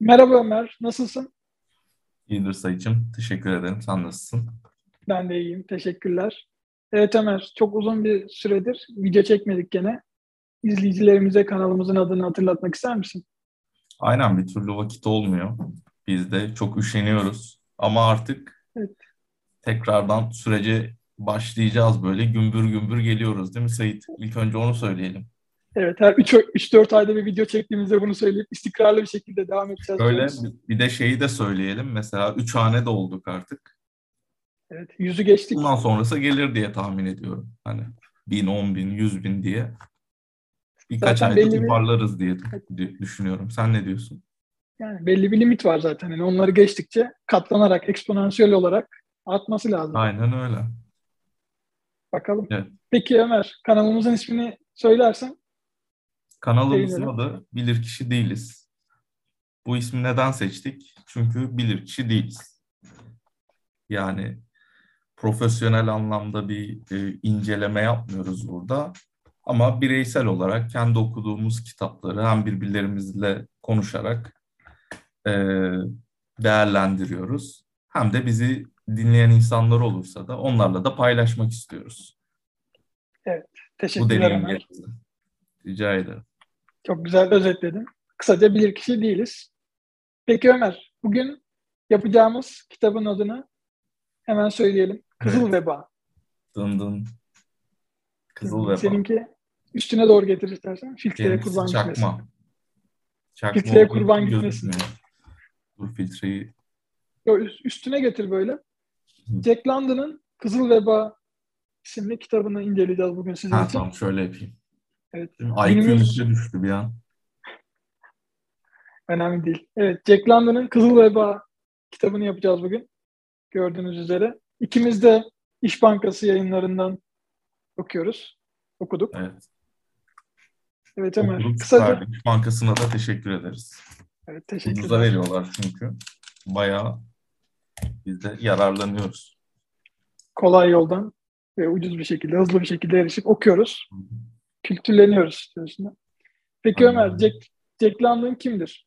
Merhaba Ömer, nasılsın? İyidir Sayıcım. Teşekkür ederim. Sen nasılsın? Ben de iyiyim, teşekkürler. Evet Ömer, çok uzun bir süredir video çekmedik gene. İzleyicilerimize kanalımızın adını hatırlatmak ister misin? Aynen bir türlü vakit olmuyor. Biz de çok üşeniyoruz. Ama artık Evet, tekrardan sürece başlayacağız böyle. Gümbür gümbür geliyoruz değil mi Sayit? İlk önce onu söyleyelim. evet her 3-4 ayda bir video çektiğimizde bunu söyleyip istikrarlı bir şekilde devam edeceğiz Şöyle diyoruz. bir de şeyi de söyleyelim. Mesela 3 hane de olduk artık. Evet, yüzü geçtik. Bundan sonrası gelir diye tahmin ediyorum. Hani 1000, 10.000, 100.000 diye. Birkaç Zaten ayda belli bir toparlarız diye düşünüyorum. Sen ne diyorsun? yani belli bir limit var zaten. Yani onları geçtikçe katlanarak, eksponansiyel olarak artması lazım. Aynen öyle. Bakalım. Evet. Peki Ömer, kanalımızın ismini söylersen Kanalımızın sevinirim. adı Bilirkişi Değiliz. Bu ismi neden seçtik? Çünkü bilirkişi değiliz. Yani profesyonel anlamda bir inceleme yapmıyoruz burada. Ama bireysel olarak kendi okuduğumuz kitapları hem birbirlerimizle konuşarak e, değerlendiriyoruz. Hem de bizi dinleyen insanlar olursa da onlarla da paylaşmak istiyoruz. Evet, Bu teşekkürler Ömer. deneyimlerimizi. Rica ederim. Çok güzel özetledin. Kısaca bilirkişi değiliz. Peki Ömer, bugün yapacağımız kitabın adını hemen söyleyelim. Kızıl Evet. Veba. Dın dın. Kızıl Veba. Seninki üstüne doğru getir istersen. Filtreye Benimkisi kurban gitmesin. çakma. Çakma Filtreye olduğu kurban için gitmesin. gözükmüyor. Dur filtreyi. Yo, üstüne getir böyle. Jack London'ın Kızıl Veba isimli kitabını inceleyeceğiz bugün sizin Ha için. tamam şöyle yapayım. Evet. Değil mi? IQ'm Günümüz üçe düştü bir an. önemli değil. Evet, Jack London'ın Kızıl Veba kitabını yapacağız bugün. Gördüğünüz üzere. İkimiz de İş Bankası yayınlarından okuyoruz. Okuduk. Evet. Evet Ömer. Okuduk Kısaca. verdik. Bankasına da teşekkür ederiz. Evet, Ucuza teşekkürler. veriyorlar çünkü. Bayağı biz de yararlanıyoruz. Kolay yoldan ve ucuz bir şekilde, hızlı bir şekilde erişip okuyoruz. Kültürleniyoruz diyorsun. Peki Aynen Ömer, öyle. Jack London kimdir?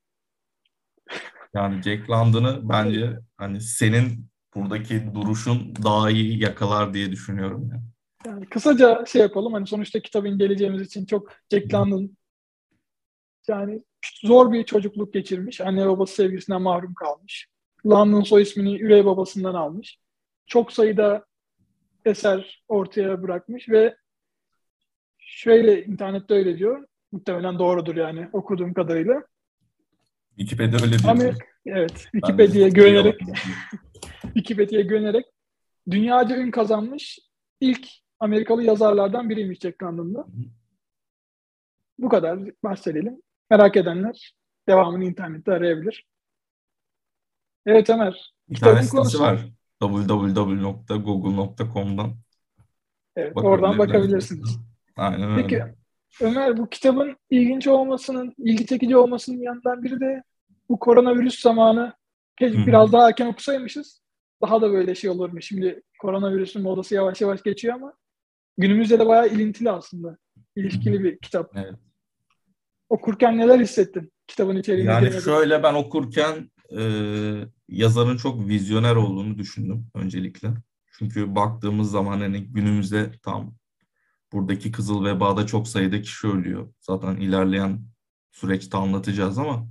Yani Jack London'ı bence hani senin buradaki duruşun daha iyi yakalar diye düşünüyorum. Yani. Yani kısaca şey yapalım. Hani sonuçta kitabı inceleyeceğimiz için çok Jack London yani zor bir çocukluk geçirmiş. Anne babası sevgisinden mahrum kalmış. London soy ismini üvey babasından almış. Çok sayıda eser ortaya bırakmış ve şöyle internette öyle diyor. Muhtemelen doğrudur yani okuduğum kadarıyla. Wikipedia öyle diyor zaten. Amerika, evet, Ben de Wikipedia'ya Wikipedia yalan güvenerek diyor. Wikipedia'ya güvenerek dünyaca ün kazanmış ilk Amerikalı yazarlardan biriymiş Jack London'da. Bu kadar bahsedelim. Merak edenler devamını internette arayabilir. Evet Ömer, İnternet kitabın sitesi konusu. var. www.google.com'dan Evet, oradan bakabilirler isterseniz. bakabilirsiniz. Aynen öyle. Peki Ömer, bu kitabın ilginç olmasının, ilgi çekici olmasının yanından biri de bu koronavirüs zamanı Hı hı. biraz daha erken okusaymışız daha da böyle şey olur mu? Şimdi koronavirüsün modası yavaş yavaş geçiyor ama günümüzde de bayağı ilintili aslında. Hı hı. İlişkili bir kitap. Evet. Okurken neler hissettin kitabın içeriğine Yani girmeden? şöyle ben okurken yazarın çok vizyoner olduğunu düşündüm öncelikle. Çünkü baktığımız zaman hani günümüzde tam buradaki kızıl vebada çok sayıda kişi ölüyor. Zaten ilerleyen süreçte anlatacağız ama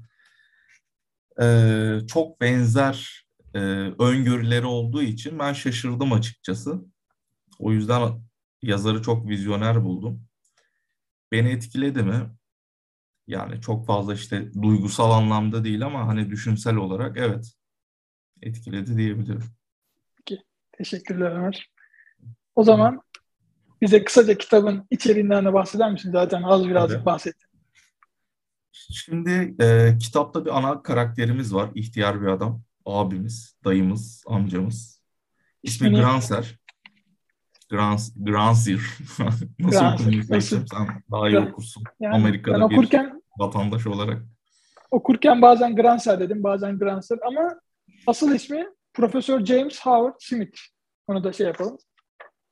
çok benzer öngörüleri olduğu için ben şaşırdım açıkçası. O yüzden yazarı çok vizyoner buldum. Beni etkiledi mi? Yani çok fazla işte duygusal anlamda değil ama hani düşünsel olarak evet etkiledi diyebilirim. Peki, teşekkürler Ömer. O zaman bize kısaca kitabın içeriğinden de bahseder misin? Zaten az birazcık Tabii. bahsettin. Şimdi kitapta bir ana karakterimiz var. İhtiyar bir adam. Abimiz, dayımız, amcamız. İsmi İsmini Granser. Gransir. Nasıl Granser. okunuyor Nasıl? Sayıcım? Sen daha iyi okursun. Yani ben Amerika'da bir okurken vatandaş olarak. bazen Granser dedim, bazen Granser ama asıl ismi Profesör James Howard Smith. Onu da şey yapalım.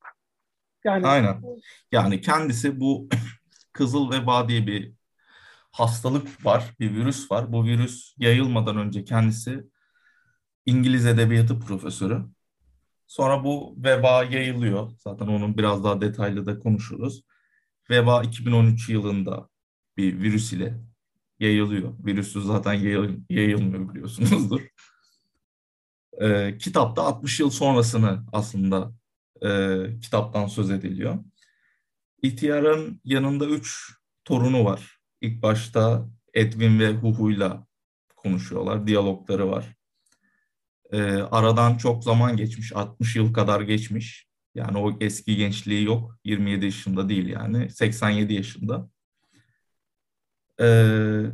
Yani Aynen. Yani kendisi bu Kızıl Veba diye bir hastalık var, bir virüs var. Bu virüs yayılmadan önce kendisi İngiliz edebiyatı profesörü. Sonra bu veba yayılıyor. Zaten onun biraz daha detaylı da konuşuruz. Veba 2013 yılında bir virüs ile yayılıyor. Virüsü zaten yayılmıyor biliyorsunuzdur. Kitapta 60 yıl sonrasını aslında kitaptan söz ediliyor. İhtiyarın yanında 3 torunu var. İlk başta Edwin ve Huhu'yla konuşuyorlar. Diyalogları var. Aradan çok zaman geçmiş. 60 yıl kadar geçmiş. Yani o eski gençliği yok. 27 yaşında değil yani. 87 yaşında. Ee,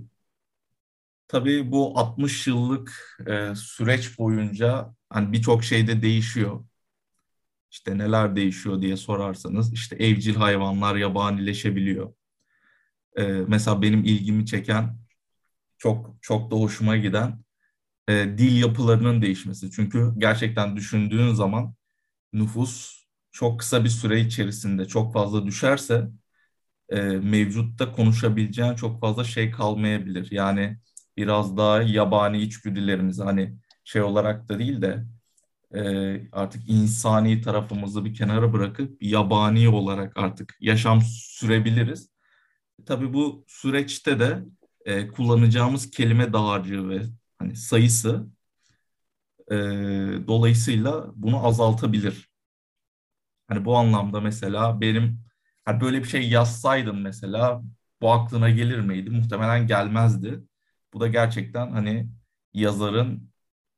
tabii bu 60 yıllık süreç boyunca hani birçok şey de değişiyor. İşte neler değişiyor diye sorarsanız işte evcil hayvanlar yabanileşebiliyor. Mesela benim ilgimi çeken çok çok da hoşuma giden dil yapılarının değişmesi. Çünkü gerçekten düşündüğün zaman nüfus çok kısa bir süre içerisinde çok fazla düşerse mevcutta konuşabileceğin çok fazla şey kalmayabilir. Yani biraz daha yabani içgüdülerimiz hani şey olarak da değil de artık insani tarafımızı bir kenara bırakıp yabani olarak artık yaşam sürebiliriz. Tabii bu süreçte de kullanacağımız kelime dağarcığı ve hani sayısı e, dolayısıyla bunu azaltabilir. Hani bu anlamda mesela benim hani böyle bir şey yazsaydım mesela bu aklına gelir miydi? Muhtemelen gelmezdi. Bu da gerçekten hani yazarın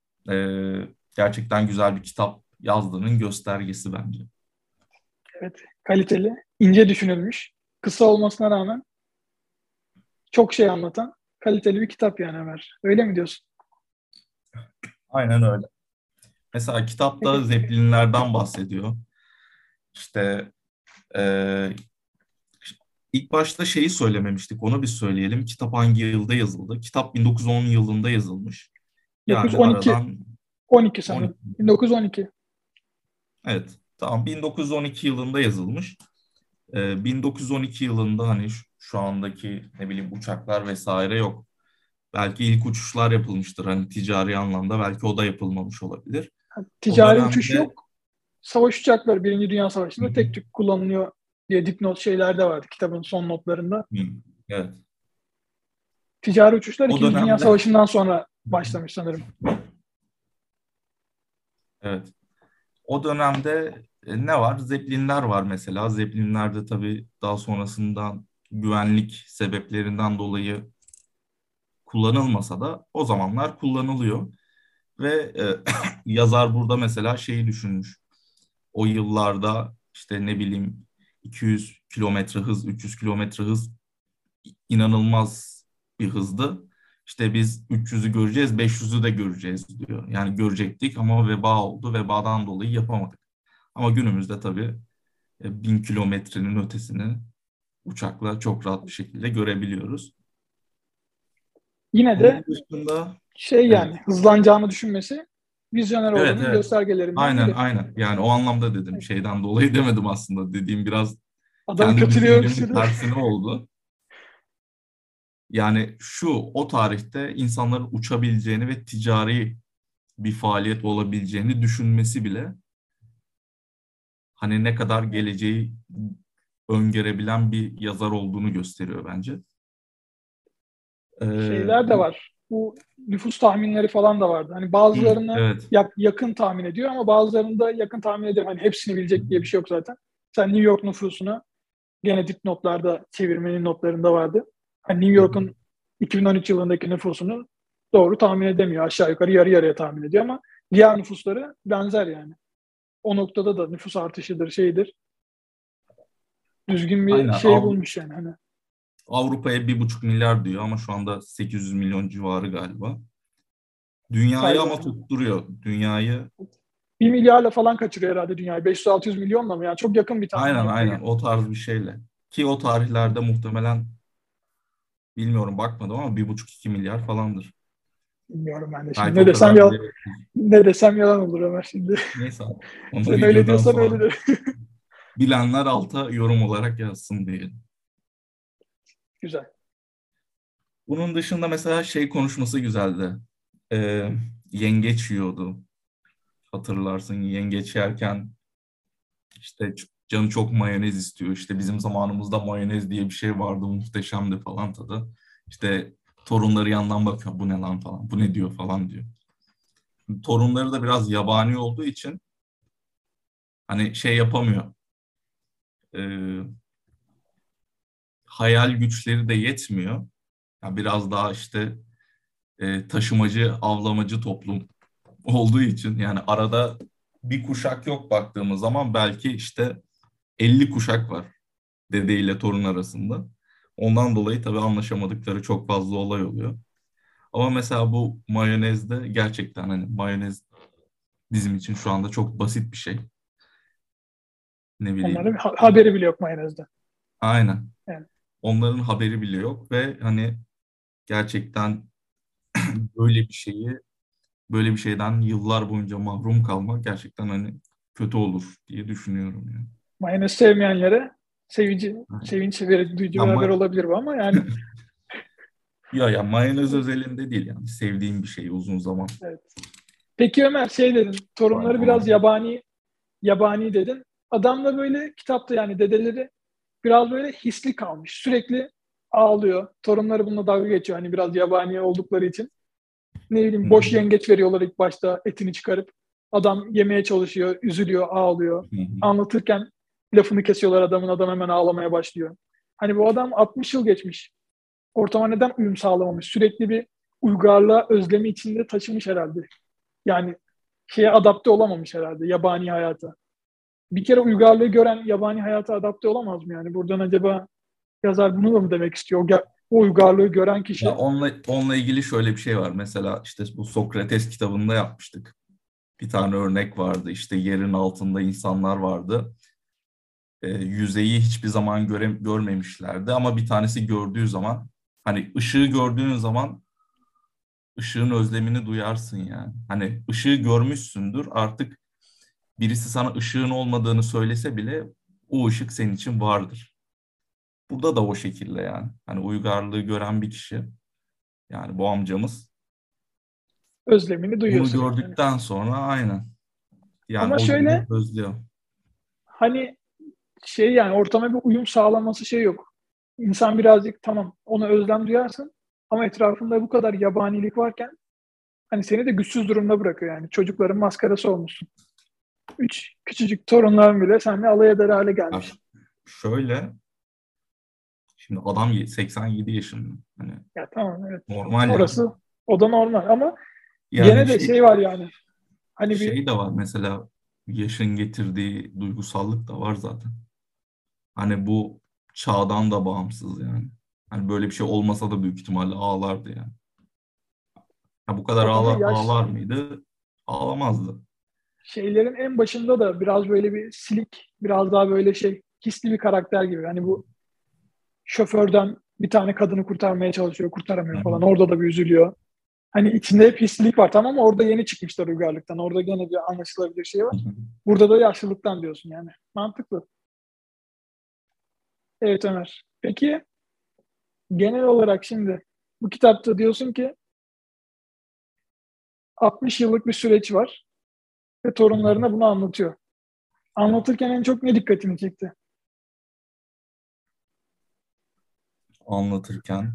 gerçekten güzel bir kitap yazdığının göstergesi bence. Evet, kaliteli, ince düşünülmüş. Kısa olmasına rağmen çok şey anlatan kaliteli bir kitap yani Ömer. Öyle mi diyorsun? Aynen öyle. Mesela kitapta Peki. Zeppelinlerden bahsediyor. İşte e, ilk başta şeyi söylememiştik, onu bir söyleyelim. Kitap hangi yılda yazıldı? Kitap 1910 yılında yazılmış. Yani 1912, aradan 12 12. sanırım. 1912. Evet, tamam 1912 yılında yazılmış. 1912 yılında hani şu andaki ne bileyim uçaklar vesaire yok. Belki ilk uçuşlar yapılmıştır hani ticari anlamda belki o da yapılmamış olabilir. O Ticari uçuş dönemde yok. Savaş uçakları Birinci Dünya Hı Savaşı'nda hı. tek tük kullanılıyor diye dipnot şeyler de vardı kitabın son notlarında. Hı, evet. Ticari uçuşlar O İkinci Dünya dönemde Savaşı'ndan sonra Hı hı. başlamış sanırım. Evet. O dönemde ne var? Zeppelinler var mesela. Zeppelinler de tabii daha sonrasında güvenlik sebeplerinden dolayı kullanılmasa da o zamanlar kullanılıyor. Ve yazar burada mesela şeyi düşünmüş. O yıllarda işte ne bileyim 200 kilometre hız, 300 kilometre hız inanılmaz bir hızdı. İşte biz 300'ü göreceğiz, 500'ü de göreceğiz diyor. Yani görecektik ama veba oldu. Vebadan dolayı yapamadık. Ama günümüzde tabii 1000 kilometrenin ötesini uçakla çok rahat bir şekilde görebiliyoruz. Yine Onun de dışında şey evet, yani hızlanacağını düşünmesi vizyoner evet, olduğunun evet. göstergelerinden Aynen, biri. aynen. Yani o anlamda dedim. Şeyden dolayı demedim aslında. Dediğim biraz Adamı kendi kötülüyorum düşüncemin şimdi. tersine oldu. Yani o tarihte insanların uçabileceğini ve ticari bir faaliyet olabileceğini düşünmesi bile hani ne kadar geleceği öngörebilen bir yazar olduğunu gösteriyor bence. Şeyler de Bu var. Bu nüfus tahminleri falan da vardı. Hani bazılarını evet. yakın tahmin ediyor ama bazılarını da yakın tahmin ediyor. Hani hepsini bilecek diye bir şey yok zaten. Sen New York nüfusunu gene dipnotlarda, çevirmenin notlarında vardı. Hani New York'un 2013 yılındaki nüfusunu doğru tahmin edemiyor. Aşağı yukarı yarı yarıya tahmin ediyor ama diğer nüfusları benzer yani. O noktada da nüfus artışıdır, şeydir. Düzgün bir Aynen. şey bulmuş yani. Hani Avrupa'ya 1,5 milyar diyor ama şu anda 800 milyon civarı galiba. Dünyayı vay be. ama tutturuyor. Dünyayı 1 milyarla falan kaçırıyor herhalde dünyayı. 500-600 milyonla mı? Yani çok yakın bir tahmin aynen noktaya aynen geldi. o tarz bir şeyle. Ki o tarihlerde muhtemelen bilmiyorum bakmadım ama 1,5-2 milyar falandır. Bilmiyorum ben de şimdi. Belki Ne o desem kadar bile yalan, yoktur. ne desem yalan olur Ömer şimdi. Neyse onu Sen öyle videodan diyorsan sonra öyledir. bilenler alta yorum olarak yazsın diyelim. Güzel. Bunun dışında mesela şey konuşması güzeldi. Ee, Yengeç yiyordu. Hatırlarsın, yengeç yerken işte canı çok mayonez istiyor. İşte bizim zamanımızda mayonez diye bir şey vardı, muhteşemdi falan tadı. İşte torunları yandan bakıyor, bu ne lan falan, bu ne diyor falan diyor. Torunları da biraz yabani olduğu için hani şey yapamıyor. Ee, Hayal güçleri de yetmiyor. Ya biraz daha işte taşımacı, avlamacı toplum olduğu için yani arada bir kuşak yok baktığımız zaman, belki işte 50 kuşak var dede ile torun arasında. Ondan dolayı tabii anlaşamadıkları çok fazla olay oluyor. Ama mesela bu mayonezde gerçekten hani mayonez bizim için şu anda çok basit bir şey. Ne Onların bileyim. haberi bile yok mayonezde. Aynen. Yani. Onların haberi bile yok ve hani gerçekten böyle bir şeyi, böyle bir şeyden yıllar boyunca mahrum kalmak gerçekten hani kötü olur diye düşünüyorum yani. Mayonez sevmeyenlere Aynen. sevinç verici, duyucu Ya, bir haber olabilir bu ama yani ya mayonez özelinde değil yani, sevdiğim bir şey uzun zaman. evet. Peki Ömer şey dedin, torunları biraz Pardon. yabani dedin. Adam da böyle kitapta yani dedeleri biraz böyle hisli kalmış. Sürekli ağlıyor. Torunları bununla dalga geçiyor. Hani biraz yabani oldukları için. Ne Hı bileyim hı. boş yengeç veriyorlar ilk başta etini çıkarıp. Adam yemeye çalışıyor, üzülüyor, ağlıyor. Hı hı. Anlatırken lafını kesiyorlar adamın. Adam hemen ağlamaya başlıyor. Hani bu adam 60 yıl geçmiş. Ortama neden uyum sağlamamış? Sürekli bir uygarlığa özlemi içinde taşımış herhalde. Yani şeye adapte olamamış herhalde yabani hayata. Bir kere uygarlığı gören yabani hayata adapte olamaz mı yani? Buradan acaba yazar bunu da mı demek istiyor? O uygarlığı gören Ya kişi onunla ilgili şöyle bir şey var. Mesela işte bu Sokrates kitabında yapmıştık. Bir tane örnek vardı. İşte yerin altında insanlar vardı. Yüzeyi hiçbir zaman görmemişlerdi ama bir tanesi gördüğü zaman, hani ışığı gördüğün zaman ışığın özlemini duyarsın yani. Hani ışığı görmüşsündür, artık birisi sana ışığın olmadığını söylese bile o ışık senin için vardır. Burada da o şekilde yani. Hani uygarlığı gören bir kişi, yani bu amcamız, özlemini bunu duyuyorsun yani. gördükten sonra aynen yani Ama o günü şöyle özlüyor. hani şey yani ortama bir uyum sağlaması şey yok. İnsan birazcık tamam ona özlem duyarsın ama etrafında bu kadar yabanilik varken hani seni de güçsüz durumda bırakıyor yani. Çocukların maskarası olmuşsun. Üç küçücük torunların bile seninle alay eder hale Ya gelmiş. şöyle, şimdi adam 87 yaşında. Hani Ya tamam evet. normal yani. Orası o da normal ama Yani gene de şey var yani. Hani bir şey de var mesela, yaşın getirdiği duygusallık da var zaten. Hani bu çağdan da bağımsız yani. Hani böyle bir şey olmasa da büyük ihtimalle ağlardı yani. Ha, bu kadar bak ama ağlar mıydı? Ağlamazdı. şeylerin en başında da biraz böyle bir silik, biraz daha böyle şey hisli bir karakter gibi. Hani bu şoförden bir tane kadını kurtarmaya çalışıyor, Hı kurtaramıyor hı. falan. Orada da bir üzülüyor. Hani içinde hep hislilik var tamam ama orada yeni çıkmışlar uygarlıktan. Orada gene bir anlaşılabilir şey Hı var. hı. Burada da yaşlılıktan diyorsun yani. Mantıklı. Evet Ömer. Peki genel olarak şimdi bu kitapta diyorsun ki 60 yıllık bir süreç var ve Hı hı. torunlarına bunu anlatıyor. Anlatırken en çok ne dikkatini çekti? Anlatırken.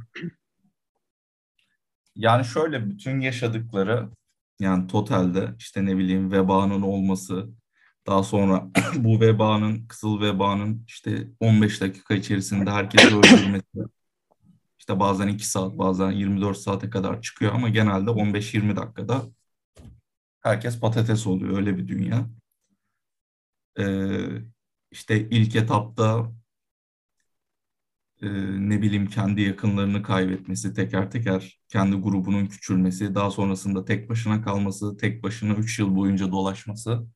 Yani şöyle, bütün yaşadıkları, yani totalde işte ne bileyim vebanın olması, daha sonra bu vebanın, kızıl vebanın işte 15 dakika içerisinde herkesi öldürmesi, işte bazen 2 saat bazen 24 saate kadar çıkıyor ama genelde 15-20 dakikada herkes patates oluyor, öyle bir dünya. Ee, işte ilk etapta ne bileyim kendi yakınlarını kaybetmesi, teker teker kendi grubunun küçülmesi, daha sonrasında tek başına kalması, tek başına 3 yıl boyunca dolaşması,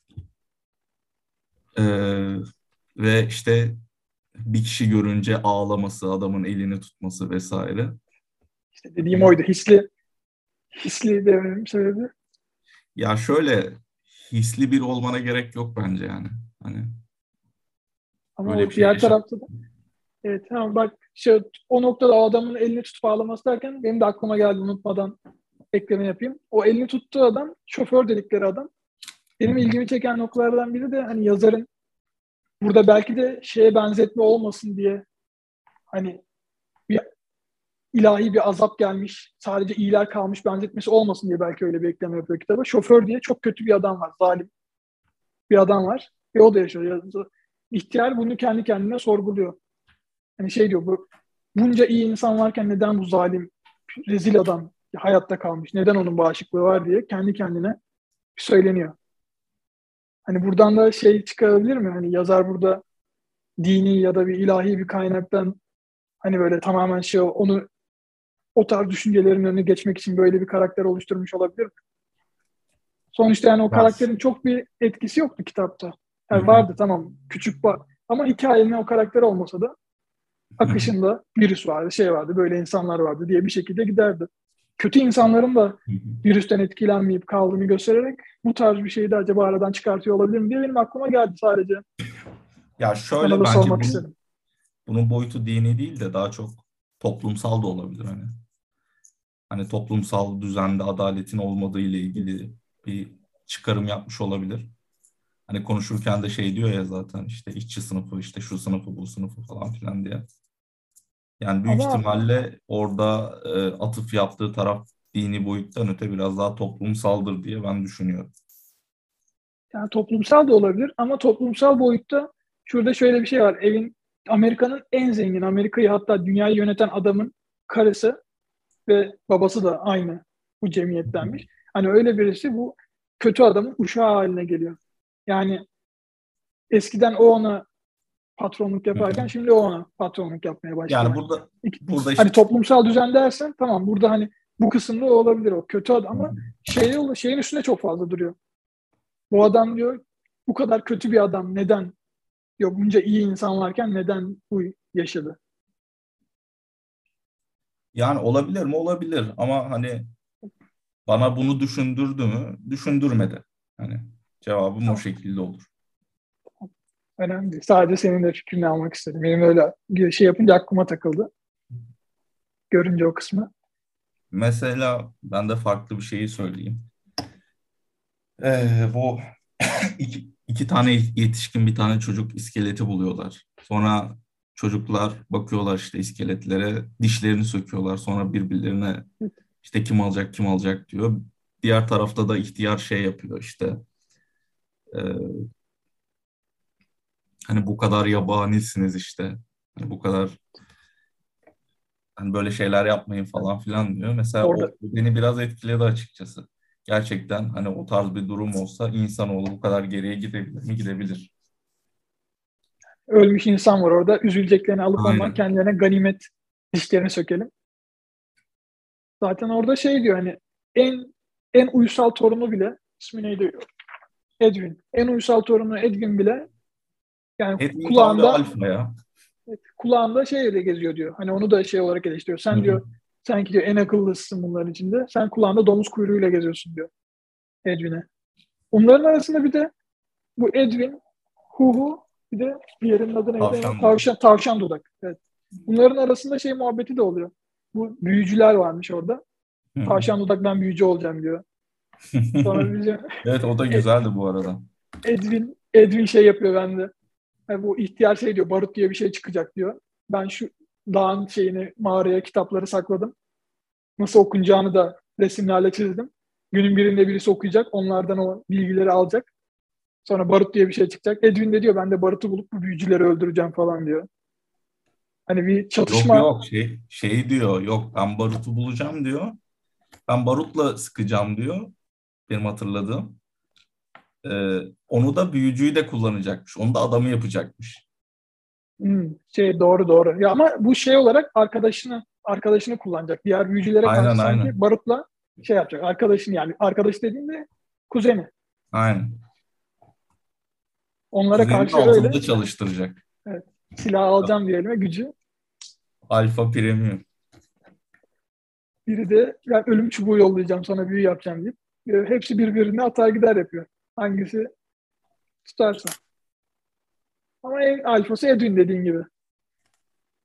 ee, ve işte bir kişi görünce ağlaması, adamın elini tutması vesaire. İşte dediğim Ama oydu. Hisli dememin sebebi. ya şöyle, hisli bir olmana gerek yok bence yani. Hani Ama böyle bir o şey diğer tarafta da Evet, tamam bak o noktada o adamın elini tutup ağlaması derken benim de aklıma geldi, unutmadan ekleme yapayım. O elini tuttuğu adam şoför dedikleri adam. Benim ilgimi çeken noktalardan biri de hani yazarın burada belki de şeye benzetme olmasın diye, hani bir ilahi bir azap gelmiş, sadece iyiler kalmış benzetmesi olmasın diye belki öyle bir ekleme yapıyor kitaba. Şoför diye çok kötü bir adam var, zalim bir adam var ve o da yaşıyor. İhtiyar bunu kendi kendine sorguluyor. Hani şey diyor, bunca iyi insan varken neden bu zalim, rezil adam hayatta kalmış, neden onun bağışıklığı var diye kendi kendine söyleniyor. Hani buradan da şey çıkarabilir mi? Hani yazar burada dini ya da bir ilahi bir kaynaktan hani böyle tamamen onu o tarz düşüncelerin önüne geçmek için böyle bir karakter oluşturmuş olabilir mi? Sonuçta yani o Ya, karakterin çok bir etkisi yoktu kitapta. hı Yani hı. vardı tamam, küçük var. Ama hikayenin o karakter olmasa da akışında virüs vardı, şey vardı, böyle insanlar vardı diye bir şekilde giderdi. Kötü insanların da virüsten etkilenmeyip kaldığını göstererek bu tarz bir şeyi de acaba aradan çıkartıyor olabilir mi diye benim aklıma geldi sadece. Ya Sana şöyle da bence sormak istedim. bunun boyutu dini değil de daha çok toplumsal da olabilir hani. Hani toplumsal düzende adaletin olmadığı ile ilgili bir çıkarım yapmış olabilir. Hani konuşurken de şey diyor ya zaten işte işçi sınıfı, işte şu sınıfı, bu sınıfı falan filan diye. Yani büyük Ama ihtimalle orada atıf yaptığı taraf dini boyuttan öte biraz daha toplumsaldır diye ben düşünüyorum. yani toplumsal da olabilir ama toplumsal boyutta şurada şöyle bir şey var. Amerika'nın en zengin, Amerika'yı hatta dünyayı yöneten adamın karısı ve babası da aynı bu cemiyettenmiş. Hani öyle birisi bu kötü adamın uşağı haline geliyor. Yani eskiden o ona patronluk yaparken şimdi o ona patronluk yapmaya Yani başlıyor. burada Hani işte toplumsal düzen dersen tamam, burada hani bu kısımda o olabilir, o kötü adam, ama şeyin üstünde çok fazla duruyor. Bu adam diyor, bu kadar kötü bir adam neden, diyor, bunca iyi insan varken neden bu yaşadı? yani olabilir mi? Olabilir ama hani bana bunu düşündürdü mü? Düşündürmedi. Hani cevabım o Tamam, şekilde olur. önemli değil. Sadece senin de fikrini almak istedim. Benim öyle bir şey yapınca aklıma takıldı. Görünce o kısmı. Mesela ben de farklı bir şeyi söyleyeyim. Bu iki tane yetişkin bir tane çocuk iskeleti buluyorlar. Sonra çocuklar bakıyorlar işte iskeletlere, dişlerini söküyorlar. Sonra birbirlerine işte kim alacak kim alacak diyor. Diğer tarafta da ihtiyar şey yapıyor işte. Ee, Hani bu kadar yabanisiniz işte. Hani bu kadar hani böyle şeyler yapmayın falan filan diyor. Mesela Orada o beni biraz etkiledi açıkçası. Gerçekten hani o tarz bir durum olsa insanoğlu bu kadar geriye gidebilir mi? Gidebilir. ölmüş insan var orada. Üzüleceklerini alıp ondan Aynen. kendilerine ganimet dişlerini sökelim. Zaten orada şey diyor, hani en uysal torunu bile, ismi neydi? Edwin. En uysal torunu Edwin bile yani Edwin tam bir kulağında alfa ya. kulağında şeyle geziyor diyor. Hani onu da şey olarak eleştiriyor. Hı Sen hı. diyor, sanki diyor en akıllısın bunların içinde. Sen kulağında domuz kuyruğuyla geziyorsun diyor Edwin'e. Onların arasında bir de bu Edwin, Huhu, bir de diğerinin adı neydi? Tavşan dudak. Tavşan dudak. Evet. Bunların arasında şey muhabbeti de oluyor. Bu büyücüler varmış orada. Hı hı. Tavşan dudak ben büyücü olacağım diyor. Sonra bizim Evet o da güzeldi bu arada. Edwin şey yapıyor bende. Yani bu ihtiyar şey diyor, barut diye bir şey çıkacak diyor. Ben şu dağın şeyini, mağaraya kitapları sakladım. Nasıl okunacağını da resimlerle çizdim. Günün birinde birisi okuyacak, onlardan o bilgileri alacak. Sonra barut diye bir şey çıkacak. Edwin de diyor, ben de barutu bulup bu büyücüleri öldüreceğim falan diyor. Hani bir Yok çatışma. yok şey diyor. Yok ben barutu bulacağım diyor. Ben barutla sıkacağım diyor. Benim hatırladığım. Onu da büyücüyü de kullanacakmış. Onu da adamı yapacakmış. Şey, doğru doğru. Ya ama bu şey olarak arkadaşını kullanacak. Diğer büyücülere karşı Aynen sanki aynen. barutla şey yapacak. Arkadaşını, yani arkadaş dediğimde kuzeni. Aynen. Onlara Kuzenini karşı öyle, altında çalıştıracak. evet, silah alacağım diye elime, gücü. Alfa Premium. Biri de ben ölüm çubuğu yollayacağım sana, büyü yapacağım deyip hepsi birbirine atar gider yapıyor. Hangisi tutarsa. Ama en alfası Edwin, dediğin gibi.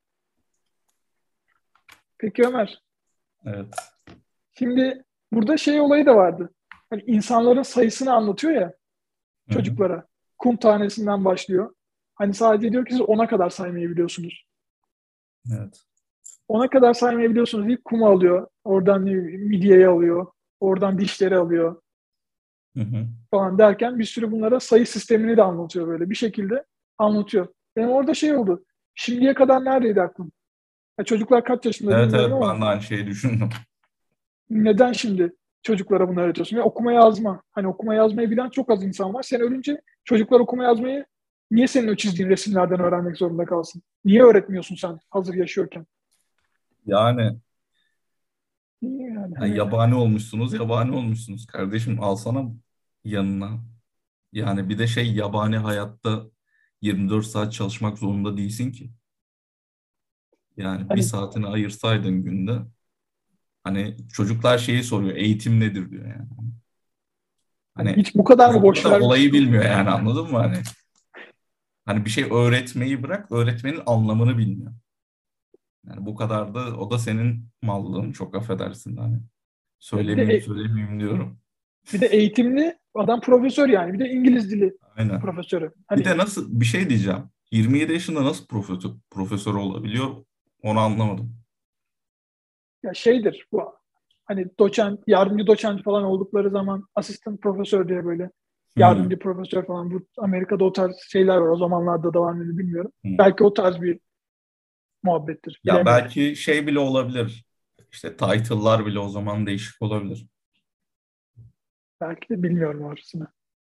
Peki Ömer, Evet. şimdi burada şey olayı da vardı. Hani insanların sayısını anlatıyor ya Hı hı. çocuklara. Kum tanesinden başlıyor. Hani sadece diyor ki siz 10'a kadar saymayı biliyorsunuz. Evet. 10'a kadar saymayı biliyorsunuz deyip kumu alıyor. Oradan midyeyi alıyor. Oradan dişleri alıyor Hı hı. falan derken bir sürü bunlara sayı sistemini de anlatıyor böyle. Bir şekilde anlatıyor. Benim orada şey oldu. Şimdiye kadar neredeydi aklım? Ya çocuklar kaç yaşında Evet bilmiyorum evet ama ben de aynı şeyi düşündüm. neden şimdi çocuklara bunu öğretiyorsun? Ve okuma yazma. Hani okuma yazmayı bilen çok az insan var. Sen ölünce çocuklar okuma yazmayı niye senin o çizdiğin resimlerden öğrenmek zorunda kalsın? Niye öğretmiyorsun sen hazır yaşıyorken? Yani Niye yani? ha, yabani olmuşsunuz, yabani olmuşsunuz kardeşim. Alsana yanına. Yani bir de şey yabani hayatta 24 saat çalışmak zorunda değilsin ki. Yani bir Hani, saatini ayırsaydın günde. Hani çocuklar şeyi soruyor. Eğitim nedir diyor yani. hani Hani hiç bu kadar mı çocuk boş zaten olayı vermişsin? bilmiyor yani anladın mı? Hani bir şey öğretmeyi bırak, öğretmenin anlamını bilmiyor. Yani bu kadar da o da senin mallığın çok affedersin hani. Bir de Söylemeyeyim söylemeyeyim diyorum. bir de eğitimli adam profesör yani. Bir de İngiliz dili Aynen. profesörü. Bir Hani de nasıl bir şey diyeceğim. 27 yaşında nasıl profesör olabiliyor? Onu anlamadım. ya şeydir bu, hani doçent, yardımcı doçent falan oldukları zaman asistan profesör diye böyle Hı, yardımcı profesör falan, bu Amerika'da o tarz şeyler var. O zamanlarda da var mıydı bilmiyorum. hı. Belki o tarz bir muhabbettir. Ya Bilemiyorum. belki şey bile olabilir. İşte title'lar bile o zaman değişik olabilir. Belki de bilmiyorum orasını.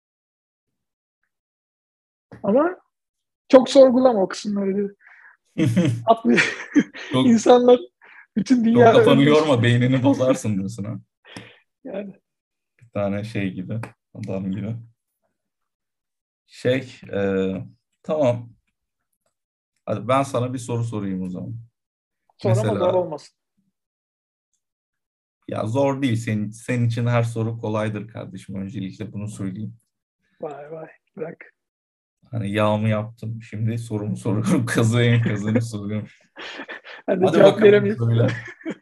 Ama çok sorgulama o kısımları. Atlıyor. Çok İnsanlar, bütün çok dünya kafanı ölmüş. yorma, beynini bozarsın diyorsun ha. Yani Bir tane şey gibi, adam gibi. Şey, tamam. Hadi ben sana bir soru sorayım o zaman. sonra ama zor Mesela olmasın. ya zor değil. Senin için her soru kolaydır kardeşim. Öncelikle bunu söyleyeyim. Vay vay. Bırak. Hani yağımı yaptım. Şimdi sorumu soruyorum. Kazığını soruyorum. Ben de Hadi cevap bakalım veremeyeyim. söyle.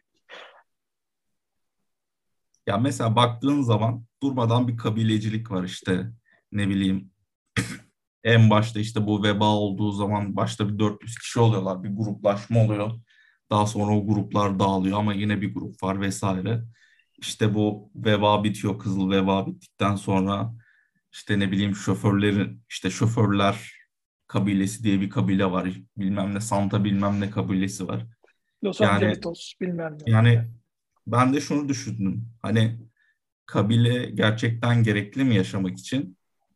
Ya mesela baktığın zaman durmadan bir kabilecilik var işte. Ne bileyim. En başta işte bu veba olduğu zaman başta bir 400 kişi oluyorlar. Bir gruplaşma oluyor. Daha sonra o gruplar dağılıyor ama yine bir grup var vesaire. İşte bu veba bitiyor. Kızıl veba bittikten sonra işte ne bileyim şoförler kabilesi diye bir kabile var. Bilmem ne Santa bilmem ne kabilesi var. Los Yani Angeles'tos bilmem ne. yani ben de şunu düşündüm. Hani kabile gerçekten gerekli mi yaşamak için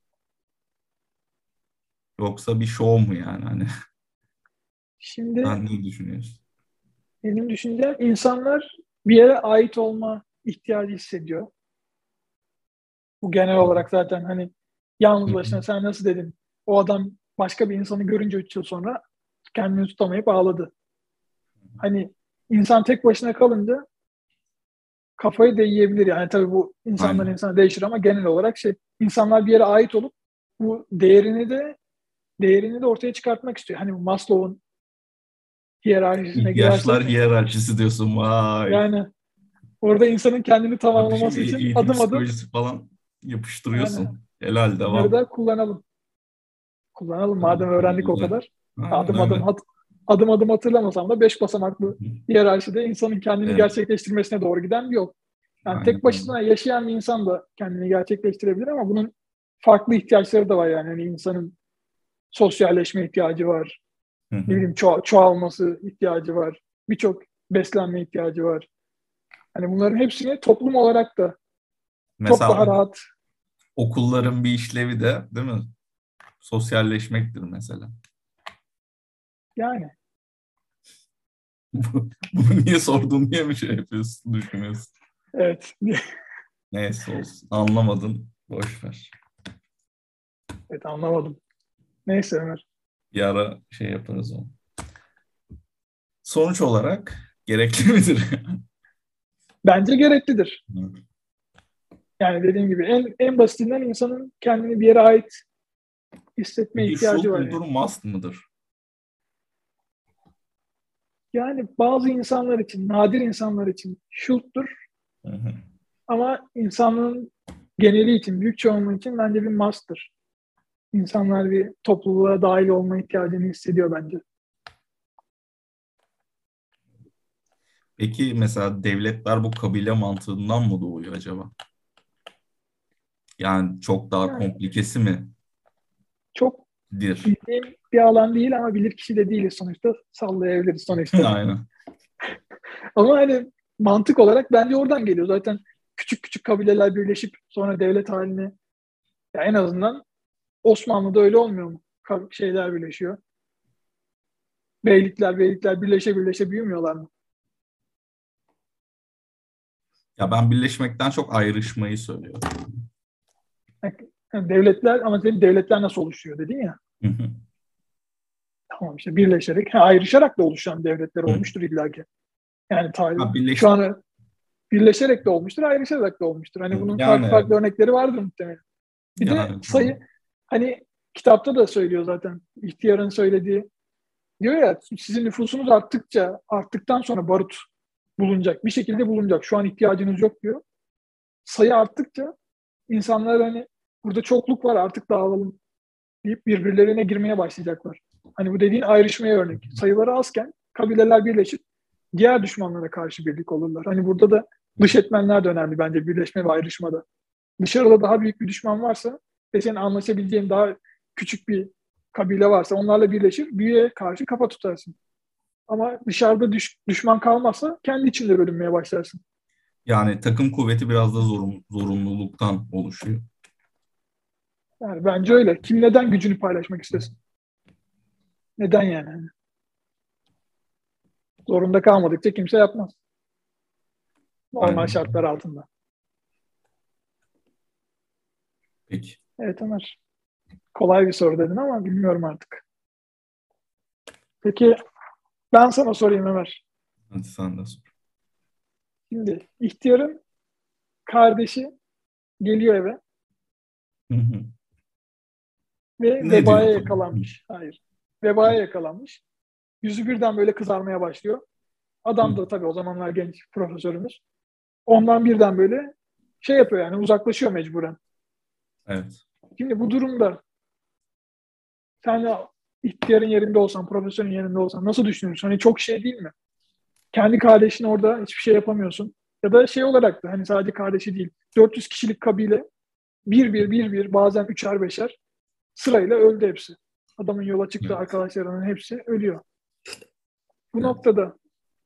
yoksa bir şov mu yani hani Şimdi sen ne düşünüyorsun? benim düşüncem, insanlar bir yere ait olma ihtiyacı hissediyor. Bu genel olarak zaten hani Hı yalnız hı. başına, sen nasıl dedin? O adam başka bir insanı görünce 3 yıl sonra kendini tutamayıp ağladı. Hani insan tek başına kalınca kafayı da yiyebilir yani. Tabii bu insandan Aynen. insana değişir ama genel olarak şey, insanlar bir yere ait olup bu değerini de ortaya çıkartmak istiyor. Hani bu Maslow'un hiyerarşisine İhtiyaçlar girersek hiyerarşisi diyorsun vay. yani orada insanın kendini Kardeşim tamamlaması için eğitim adım adım, psikolojisi falan yani yapıştırıyorsun. Helal bunları devam. da kullanalım. Kullanalım madem İyi, iyi, öğrendik o güzel. kadar. Aynen Adım adım öyle. adım adım hatırlamasam da 5 basamaklı hiyerarşide insanın kendini Evet. gerçekleştirmesine doğru giden bir yol. Yani Aynen tek öyle. başına yaşayan bir insan da kendini gerçekleştirebilir ama bunun farklı ihtiyaçları da var yani. Yani insanın sosyalleşme ihtiyacı var. Hı Ne hı. bileyim çoğalması ihtiyacı var. Birçok beslenme ihtiyacı var. Hani bunların hepsini toplum olarak da çok Mesela daha rahat, okulların bir işlevi de değil mi? Sosyalleşmektir mesela. yani Bunu niye sordun diye mi şey yapıyorsun, düşünüyorsun? evet. Neyse olsun. Anlamadın. Boş ver. Evet, anlamadım. Neyse Ömer. Bir ara şey yaparız onu. Sonuç olarak gerekli midir? Bence gereklidir. Yani dediğim gibi en basitinden insanın kendini bir yere ait hissetme Peki şu ihtiyacı var mudur, yani. must mıdır? Yani bazı insanlar için, nadir insanlar için şulttur Hı hı. ama insanlığın geneli için, büyük çoğunluğu için bence bir must'tır. İnsanlar bir topluluğa dahil olma ihtiyacını hissediyor bence. Peki mesela devletler bu kabile mantığından mı doğuyor acaba? Yani çok daha Yani komplikesi midir? çok bildiğim bir alan değil ama bilir kişi de değiliz sonuçta. Sallayabiliriz sonuçta. Aynen. Ama hani mantık olarak bence oradan geliyor. Zaten küçük küçük kabileler birleşip sonra devlet haline, ya en azından Osmanlı'da öyle olmuyor mu? Şeyler birleşiyor. Beylikler birleşe birleşe büyümüyorlar mı? Ya ben birleşmekten çok ayrışmayı söylüyorum. Yani devletler, ama senin devletler nasıl oluşuyor dedin ya. Hı hı. Tamam, işte birleşerek, ayrışarak da oluşan devletler Hı. olmuştur illaki. Yani Ha, şu an birleşerek de olmuştur, ayrışarak da olmuştur. Hani bunun farklı yani farklı örnekleri vardır muhtemelen. Bir de yani sayı, hani kitapta da söylüyor zaten. İhtiyarın söylediği. Diyor ya, sizin nüfusunuz arttıktan sonra barut bulunacak. Bir şekilde bulunacak. Şu an ihtiyacınız yok diyor. Sayı arttıkça insanlar hani burada çokluk var, artık dağılalım deyip birbirlerine girmeye başlayacaklar. Hani bu dediğin ayrışmaya örnek. Sayıları azken kabileler birleşip diğer düşmanlara karşı birlik olurlar. Hani burada da dış etmenler de önemli bence birleşme ve ayrışmada. Dışarıda daha büyük bir düşman varsa ve senin anlaşabileceğin daha küçük bir kabile varsa onlarla birleşir, büyüye karşı kafa tutarsın. Ama dışarıda düşman kalmazsa kendi içinde bölünmeye başlarsın. yani takım kuvveti biraz da zorunluluktan oluşuyor. Yani bence öyle. Kim neden gücünü paylaşmak istesin? Neden yani? Hani zorunda kalmadıkça kimse yapmaz. Normal Aynen. şartlar altında. Peki. Evet Ömer. Kolay bir soru dedin ama bilmiyorum artık. Peki ben sana sorayım Ömer. Hadi sen de sor. Şimdi ihtiyarın kardeşi geliyor eve Hı hı. ve Ne vebaya diyorsun? Hı. yakalanmış. Hayır. Vebaya yakalanmış. Yüzü birden böyle kızarmaya başlıyor. Hı. Adam da tabii o zamanlar genç profesörümüz. Ondan birden böyle şey yapıyor, yani uzaklaşıyor mecburen. Evet. Şimdi bu durumda sen de ihtiyarın yerinde olsan, profesörün yerinde olsan nasıl düşünürsün? Hani çok şey değil mi? Kendi kardeşin orada hiçbir şey yapamıyorsun. Ya da şey olarak da hani sadece kardeşi değil. 400 kişilik kabile bir bazen üçer beşer sırayla öldü hepsi. Adamın yola çıktığı Evet. arkadaşlarının hepsi ölüyor. Bu Evet. noktada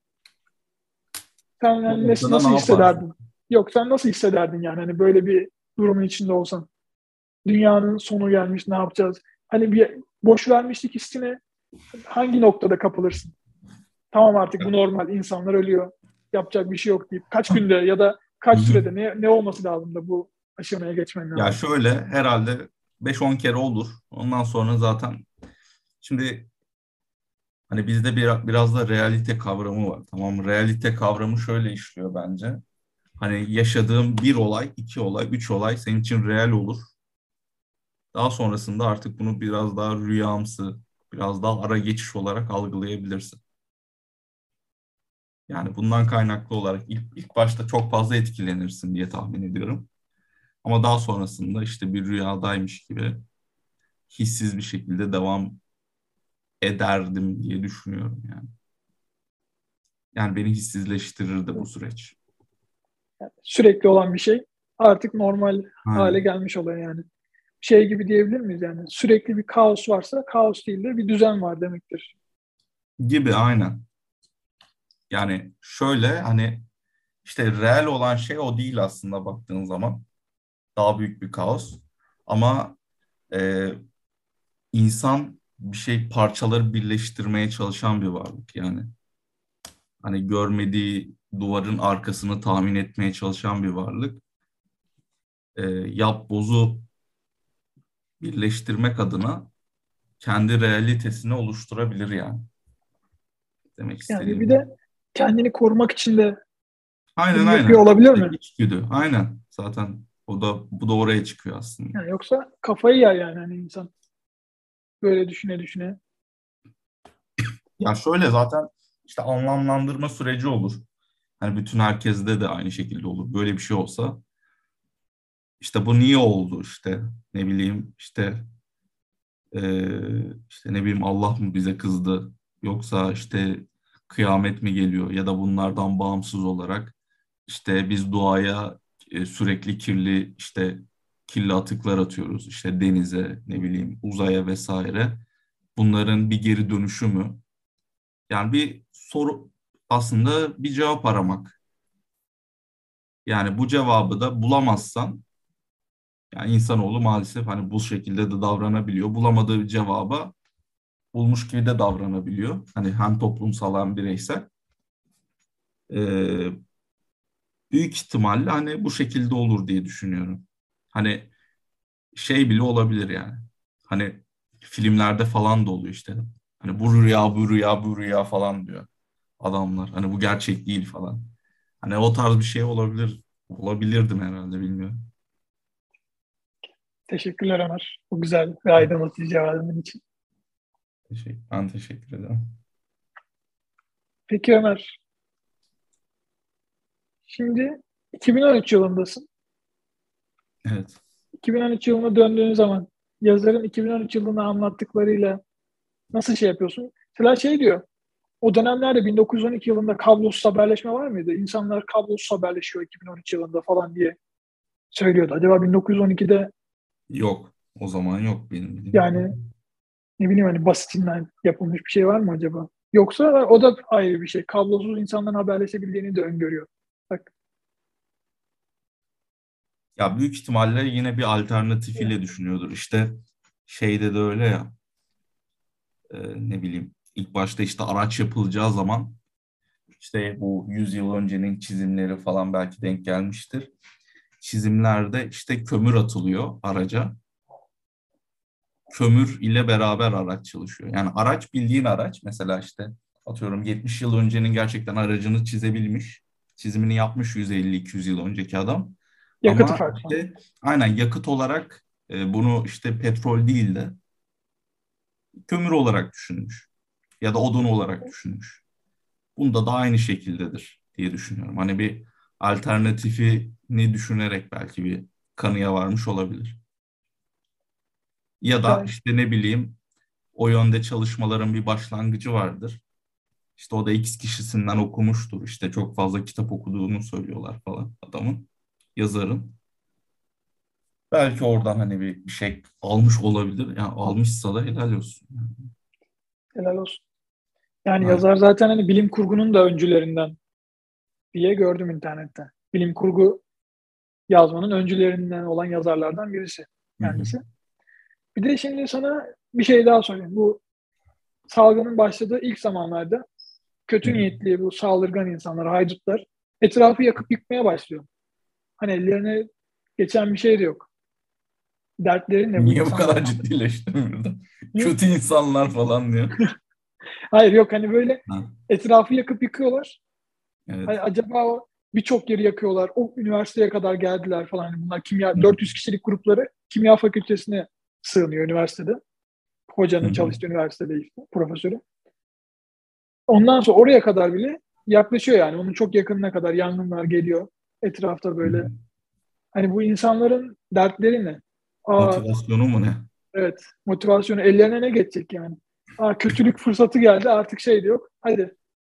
sen Bu yani noktada ne nasıl yaparsın? hissederdin? Yok, sen nasıl hissederdin yani hani böyle bir durumun içinde olsan? Dünyanın sonu gelmiş, ne yapacağız? Hani bir boş vermişlik hissine hangi noktada kapılırsın? Tamam, artık bu normal, insanlar ölüyor. Yapacak bir şey yok deyip kaç günde ya da Hı kaç hı. sürede ne olması lazım da bu aşamaya geçmen Ya lazım? şöyle herhalde 5-10 kere olur. Ondan sonra zaten şimdi hani bizde biraz da realite kavramı var. Tamam mı? Realite kavramı şöyle işliyor bence. Hani yaşadığın bir olay, iki olay, üç olay senin için real olur. Daha sonrasında artık bunu biraz daha rüyamsı, biraz daha ara geçiş olarak algılayabilirsin. Yani bundan kaynaklı olarak ilk başta çok fazla etkilenirsin diye tahmin ediyorum. Ama daha sonrasında işte bir rüyadaymış gibi hissiz bir şekilde devam ederdim diye düşünüyorum yani. Yani beni hissizleştirirdi bu süreç. Yani sürekli olan bir şey artık normal hale Aynen. gelmiş oluyor yani. Şey gibi diyebilir miyiz yani? Sürekli bir kaos varsa kaos değil de bir düzen var demektir. Gibi aynen. Yani şöyle hani işte reel olan şey o değil aslında baktığın zaman. Daha büyük bir kaos. Ama e, insan bir şey parçaları birleştirmeye çalışan bir varlık yani. Hani görmediği duvarın arkasını tahmin etmeye çalışan bir varlık. Yap bozu birleştirmek adına kendi realitesini oluşturabilir yani. Demek Yani bir istediğim bu. de kendini korumak için de Aynen bunu yapıyor aynen. olabilir İşte mi? içgüdü. Aynen. Zaten bu da oraya çıkıyor aslında. Yani yoksa kafayı yer yani hani insan böyle düşüne düşüne. Ya şöyle zaten işte anlamlandırma süreci olur. Hani bütün herkeste de aynı şekilde olur. Böyle bir şey olsa işte bu niye oldu, işte ne bileyim, işte ne bileyim, Allah mı bize kızdı, yoksa işte kıyamet mi geliyor, ya da bunlardan bağımsız olarak işte biz doğaya sürekli kirli atıklar atıyoruz, işte denize, ne bileyim, uzaya vesaire. Bunların bir geri dönüşü mü? Yani bir soru, aslında bir cevap aramak. Yani bu cevabı da bulamazsan, yani insanoğlu maalesef hani bu şekilde de davranabiliyor. Bulamadığı bir cevaba bulmuş gibi de davranabiliyor. Hani hem toplumsal hem bireysel. Ee, Büyük ihtimalle hani bu şekilde olur diye düşünüyorum. Hani şey bile olabilir yani. Hani filmlerde falan da oluyor işte. Hani bu rüya, bu rüya, bu rüya falan diyor adamlar. Hani bu gerçek değil falan. Hani o tarz bir şey olabilir. Olabilirdim herhalde, bilmiyorum. Teşekkürler Ömer. Bu güzel ve aydınlatıcı cevabın için. Ben teşekkür ederim. Peki Ömer, şimdi 2013 yılındasın. Evet. 2013 yılına döndüğün zaman yazarın 2013 yılını anlattıklarıyla nasıl şey yapıyorsun? Mesela şey diyor, o dönemlerde 1912 yılında kablosuz haberleşme var mıydı? İnsanlar kablosuz haberleşiyor 2013 yılında falan diye söylüyordu. Acaba 1912'de Yok. O zaman yok benim bildiğim. yani ne bileyim hani basitinden yapılmış bir şey var mı acaba? Yoksa o da ayrı bir şey. Kablosuz insanların haberleşebildiğini de öngörüyor. Bak. Ya büyük ihtimalle yine bir alternatifiyle düşünüyordur. İşte şeyde de öyle ya, ne bileyim, ilk başta işte araç yapılacağı zaman işte bu 100 yıl öncenin çizimleri falan belki denk gelmiştir. Çizimlerde işte kömür atılıyor araca. Kömür ile beraber araç çalışıyor. Yani araç, bildiğin araç, mesela işte atıyorum 70 yıl öncenin gerçekten aracını çizebilmiş. Çizimini yapmış 150-200 yıl önceki adam. Yakıtı Ama farklı. işte aynen yakıt olarak bunu işte petrol değil de kömür olarak düşünmüş. Ya da odun olarak düşünmüş. Bunda da aynı şekildedir diye düşünüyorum. Hani bir alternatifini düşünerek belki bir kanıya varmış olabilir. Ya da Yani işte ne bileyim, o yönde çalışmaların bir başlangıcı vardır. İşte o da X kişisinden okumuştur. İşte çok fazla kitap okuduğunu söylüyorlar falan adamın, yazarın. Belki oradan hani bir şey almış olabilir. Yani almışsa da helal olsun. helal olsun. Yani Yani, yazar zaten hani bilim kurgunun da öncülerinden diye gördüm internette. Bilim kurgu yazmanın öncülerinden olan yazarlardan birisi hı hı, kendisi. Bir de şimdi sana bir şey daha sorayım. Bu salgının başladığı ilk zamanlarda hı kötü hı. niyetli bu saldırgan insanlar, haydutlar etrafı yakıp yıkmaya başlıyor. Hani ellerine geçen bir şey de yok. Dertleri ne bu Niye bu insanların? kadar ciddileştin burada? Hı? Kötü insanlar falan diyor. Hayır yok hani böyle Ha, etrafı yakıp yıkıyorlar. Hani evet. acaba o birçok yeri yakıyorlar. O üniversiteye kadar geldiler falan. Hani bunlar Hı kimya hı, 400 kişilik grupları kimya fakültesine sığınıyor üniversitede. hı Hocanın hı, çalıştığı üniversitede işte profesörü. Ondan sonra oraya kadar bile yaklaşıyor yani. Onun çok yakınına kadar yangınlar geliyor. Etrafta hı böyle. hı. Hani bu insanların dertleri ne? Aa, Motivasyonu mu ne? evet. Motivasyonu ellerine ne geçecek yani? Aa, kötülük fırsatı geldi artık şey de yok. Hadi.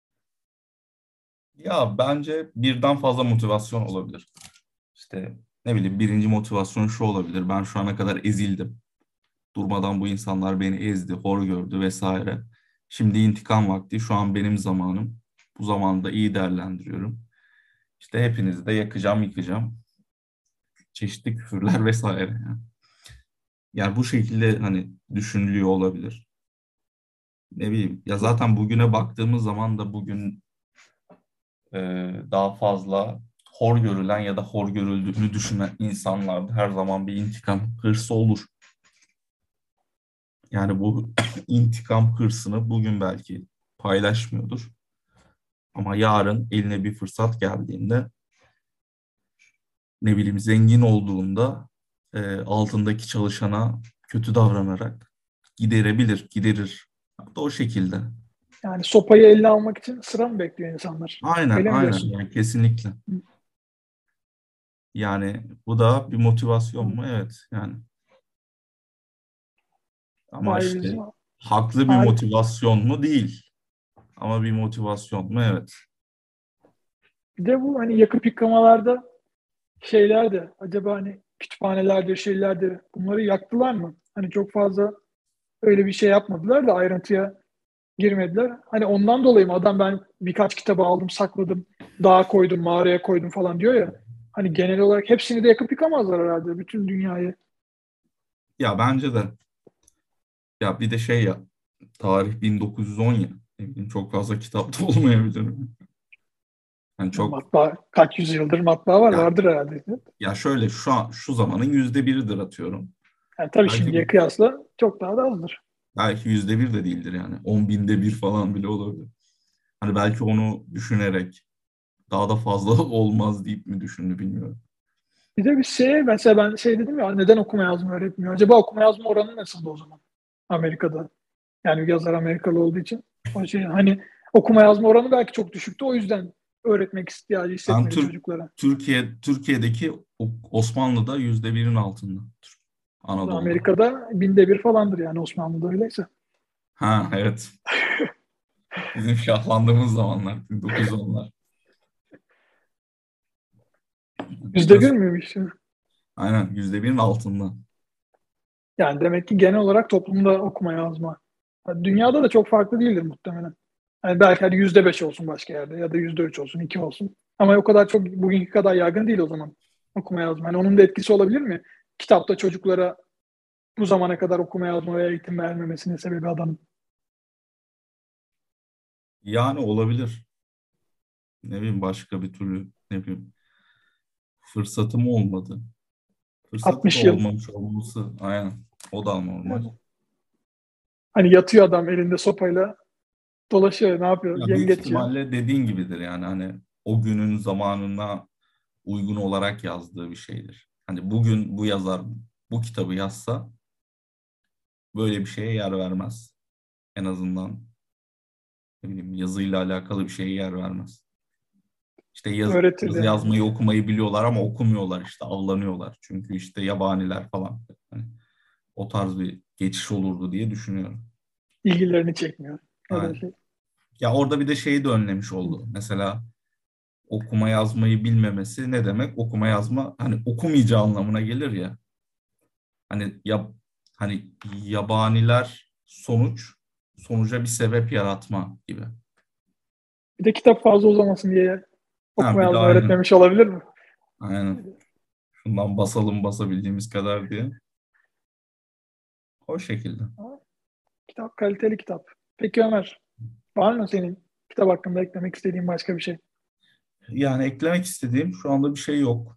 Ya bence birden fazla motivasyon olabilir. İşte ne bileyim, birinci motivasyon şu olabilir: ben şu ana kadar ezildim. Durmadan bu insanlar beni ezdi, hor gördü vesaire. Şimdi intikam vakti, şu an benim zamanım. Bu zamanı da iyi değerlendiriyorum. İşte hepinizi de yakacağım, yıkacağım. Çeşitli küfürler vesaire. Yani bu şekilde hani düşünülüyor olabilir. Ne bileyim ya, zaten bugüne baktığımız zaman da bugün e, daha fazla hor görülen ya da hor görüldüğünü düşünen insanlarda her zaman bir intikam hırsı olur. Yani bu intikam hırsını bugün belki paylaşmıyordur. Ama yarın eline bir fırsat geldiğinde, ne bileyim, zengin olduğunda altındaki çalışana kötü davranarak giderebilir, giderir. Hatta o şekilde. Yani sopayı eline almak için sıra mı bekliyor insanlar? Aynen, Öyle mi aynen. diyorsun? Yani kesinlikle. Yani bu da bir motivasyon Hı. mu? Evet. Yani ama Vay bizim işte haklı bir harika. motivasyon mu? Değil. Ama bir motivasyon mu? Evet. Bir de bu hani yakıp yıkamalarda şeyler de acaba hani kütüphanelerdir, şeylerdir bunları yaktılar mı? Hani çok fazla öyle bir şey yapmadılar da ayrıntıya girmediler. Hani ondan dolayı mı adam ben birkaç kitabı aldım, sakladım, dağa koydum, mağaraya koydum falan diyor ya. Hani genel olarak hepsini de yakıp yıkamazlar herhalde bütün dünyayı. Ya bence de. Ya bir de şey ya, tarih 1910 ya. Ne bileyim, çok fazla kitap da olmayabilir. Yani Ya çok, matbaa kaç yüzyıldır matbaa var ya vardır herhalde. ya şöyle şu zamanın %1'idir atıyorum. Yani tabii Belki şimdiye kıyasla çok daha da azdır. belki %1 de değildir yani. 10.000'de 1 falan bile olabilir. Hani belki onu düşünerek daha da fazla olmaz deyip mi düşündü bilmiyorum. Bir de bir şey mesela ben şey dedim ya neden okuma yazma öğretmiyor? Acaba okuma yazma oranı nasıldı o zaman Amerika'da? Yani yazar Amerikalı olduğu için o şey hani okuma yazma oranı belki çok düşüktü o yüzden öğretmek ihtiyacı Ben hissetmedi çocuklara. Türkiye'deki Osmanlı'da %1'in altında. Anadolu'da. Amerika'da binde bir falandır yani Osmanlı'da öyleyse. Ha, evet. Bizim şahlandığımız zamanlar 1910'lar. Yüzde bir Biliyorsun. miymiş? Aynen, %1'in altında. Yani demek ki genel olarak toplumda okuma yazma. Yani dünyada da çok farklı değildir muhtemelen. Yani belki hadi %5 olsun başka yerde ya da %3 olsun, 2 olsun. Ama o kadar çok bugünkü kadar yaygın değil o zaman okuma yazma. Yani onun da etkisi olabilir mi? Kitapta çocuklara bu zamana kadar okuma yazma ve eğitim vermemesinin sebebi adamın. Yani olabilir. Ne bileyim, başka bir türlü, ne bileyim, fırsatı mı olmadı? Fırsatı da 60 yıl. olmamış olması, aynen. O da normal. Yani hani yatıyor adam elinde sopayla dolaşıyor. Ne yapıyor? Ya büyük Yengeç ya. ihtimalle dediğin gibidir yani, hani o günün zamanına uygun olarak yazdığı bir şeydir. Hani bugün bu yazar bu kitabı yazsa böyle bir şeye yer vermez. En azından ne bileyim, yazıyla alakalı bir şeye yer vermez. İşte Öğretir yazı yani. yazmayı okumayı biliyorlar ama okumuyorlar, işte avlanıyorlar. Çünkü işte yabaniler falan. Hani o tarz bir geçiş olurdu diye düşünüyorum. İlgilerini çekmiyor. Ya da Aynen. şey. Ya orada bir de şeyi de önlemiş oldu. Mesela okuma yazmayı bilmemesi ne demek? Okuma yazma hani okumayacağı anlamına gelir ya. Hani hani yabaniler sonuca bir sebep yaratma gibi. Bir de kitap fazla uzamasın diye Ha, okuma bir de yazma aynen. öğretmemiş olabilir mi? Aynen. Şundan basalım basabildiğimiz kadar diye. O şekilde. Kitap kaliteli kitap. Peki Ömer, var mı senin kitap hakkında eklemek istediğin başka bir şey? Yani eklemek istediğim şu anda bir şey yok.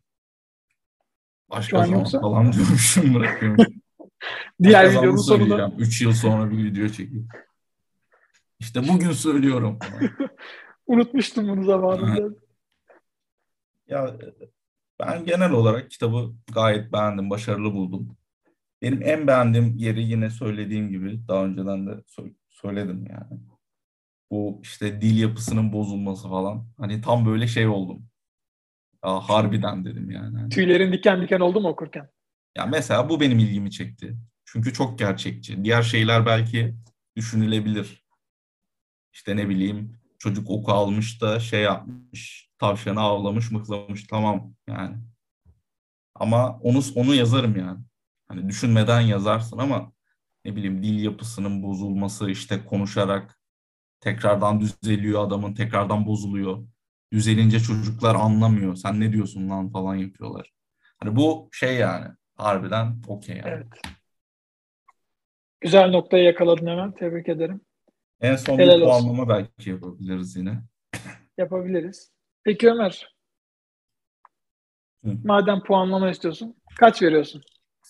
Şu Başka an zaman yoksa falan diyormuşum, bırakıyorum. diğer Başka zaman videonun sonunda söyleyeceğim. 3 yıl sonra bir video çekeyim. İşte bugün söylüyorum falan. unutmuştum bunu zamanında. Ya ben genel olarak kitabı gayet beğendim, başarılı buldum. Benim en beğendiğim yeri, yine söylediğim gibi daha önceden de söyledim yani. Bu işte dil yapısının bozulması falan. Hani tam böyle şey oldum. Aa, harbiden dedim yani. Hani, Tüylerin diken diken oldu mu okurken? ya mesela bu benim ilgimi çekti. Çünkü çok gerçekçi. Diğer şeyler belki düşünülebilir. İşte ne bileyim, çocuk oku almış da şey yapmış. Tavşanı avlamış, mıhlamış, tamam yani. Ama onu yazarım yani. Hani düşünmeden yazarsın ama ne bileyim, dil yapısının bozulması, işte konuşarak tekrardan düzeliyor adamın, tekrardan bozuluyor. Düzelince çocuklar anlamıyor. Sen ne diyorsun lan falan yapıyorlar. Hani bu şey yani, harbiden okey yani. Evet. Güzel noktayı yakaladın hemen. Tebrik ederim. En son bir Helal olsun. puanlama belki yapabiliriz yine. Yapabiliriz. Peki Ömer, Hı. madem puanlama istiyorsun, kaç veriyorsun?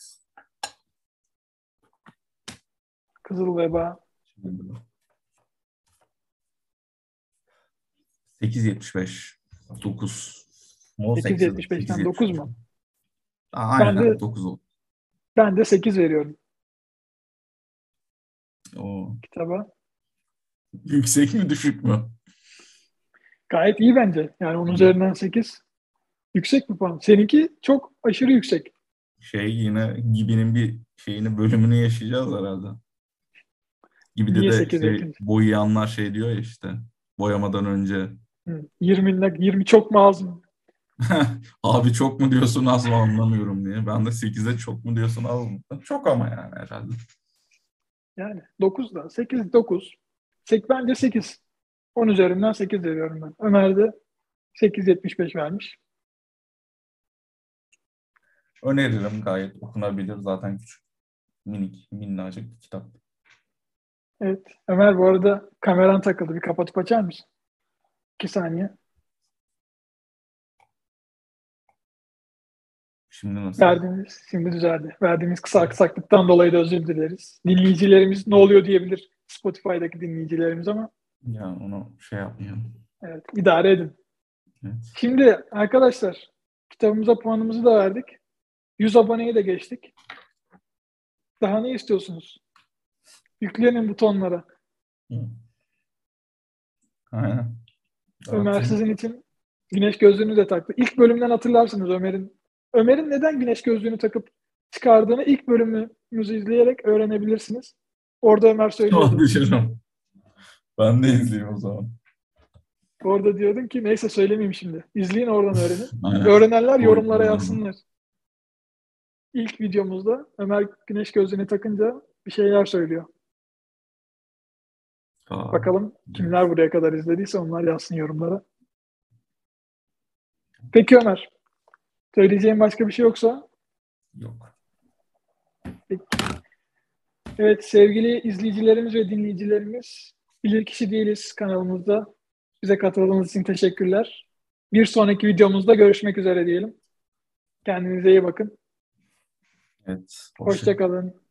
Kızıl Veba 8.75. 9 mu? 8.75'ten 9 8.75 mu? mi? Ben Aynen de 9 oldu. ben de 8 veriyorum O kitaba. Yüksek mi düşük mü? Gayet iyi bence. Yani onun üzerinden 8 yüksek bir puan. Seninki çok aşırı yüksek. Yine Gibi'nin bir bölümünü yaşayacağız herhalde. Gibi'de Niye de 8 yapınca? boyayanlar diyor ya işte boyamadan önce 20 çok mu az mı? abi çok mu diyorsun az mı anlamıyorum diye. Ben de 8'e çok mu diyorsun az mı? Çok ama yani herhalde. Yani 9 da 8 9. Bence 8. 10 üzerinden 8 veriyorum ben. Ömer de 8,75 vermiş. Öneririm, gayet okunabilir zaten, küçük minnacık bir kitap. Evet. Ömer, bu arada kameran takıldı. Bir kapatıp açar mısın? 2 saniye. Şimdi nasıl? Şimdi düzeldi. Verdiğimiz kısa aksaklıktan dolayı da özür dileriz. Dinleyicilerimiz ne oluyor diyebilir. Spotify'daki dinleyicilerimiz ama Ya onu yapmayalım. evet, idare edin. Evet. Şimdi arkadaşlar, kitabımıza puanımızı da verdik. 100 aboneye de geçtik. Daha ne istiyorsunuz? Yüklenin butonlara. Aynen. Ömer Zaten sizin için güneş gözlüğünü de taktı. İlk bölümden hatırlarsınız Ömer'in neden güneş gözlüğünü takıp çıkardığını ilk bölümümüzü izleyerek öğrenebilirsiniz. Orada Ömer söylüyordu. hadi canım. Ben de izleyeyim o zaman. Orada diyordun ki neyse söylemeyeyim şimdi. İzleyin, oradan öğrenin. Aynen. Öğrenenler yorumlara Spoilerlar mı? yazsınlar. İlk videomuzda Ömer güneş gözlüğünü takınca bir şeyler söylüyor. Bakalım kimler buraya kadar izlediyse onlar yazsın yorumlara. Peki Ömer, söyleyeceğim başka bir şey yoksa? Yok. Peki. Evet, sevgili izleyicilerimiz ve dinleyicilerimiz, Bilirkişi Değiliz kanalımızda bize katıldığınız için teşekkürler. Bir sonraki videomuzda görüşmek üzere diyelim. Kendinize iyi bakın. Evet. Hoşça kalın.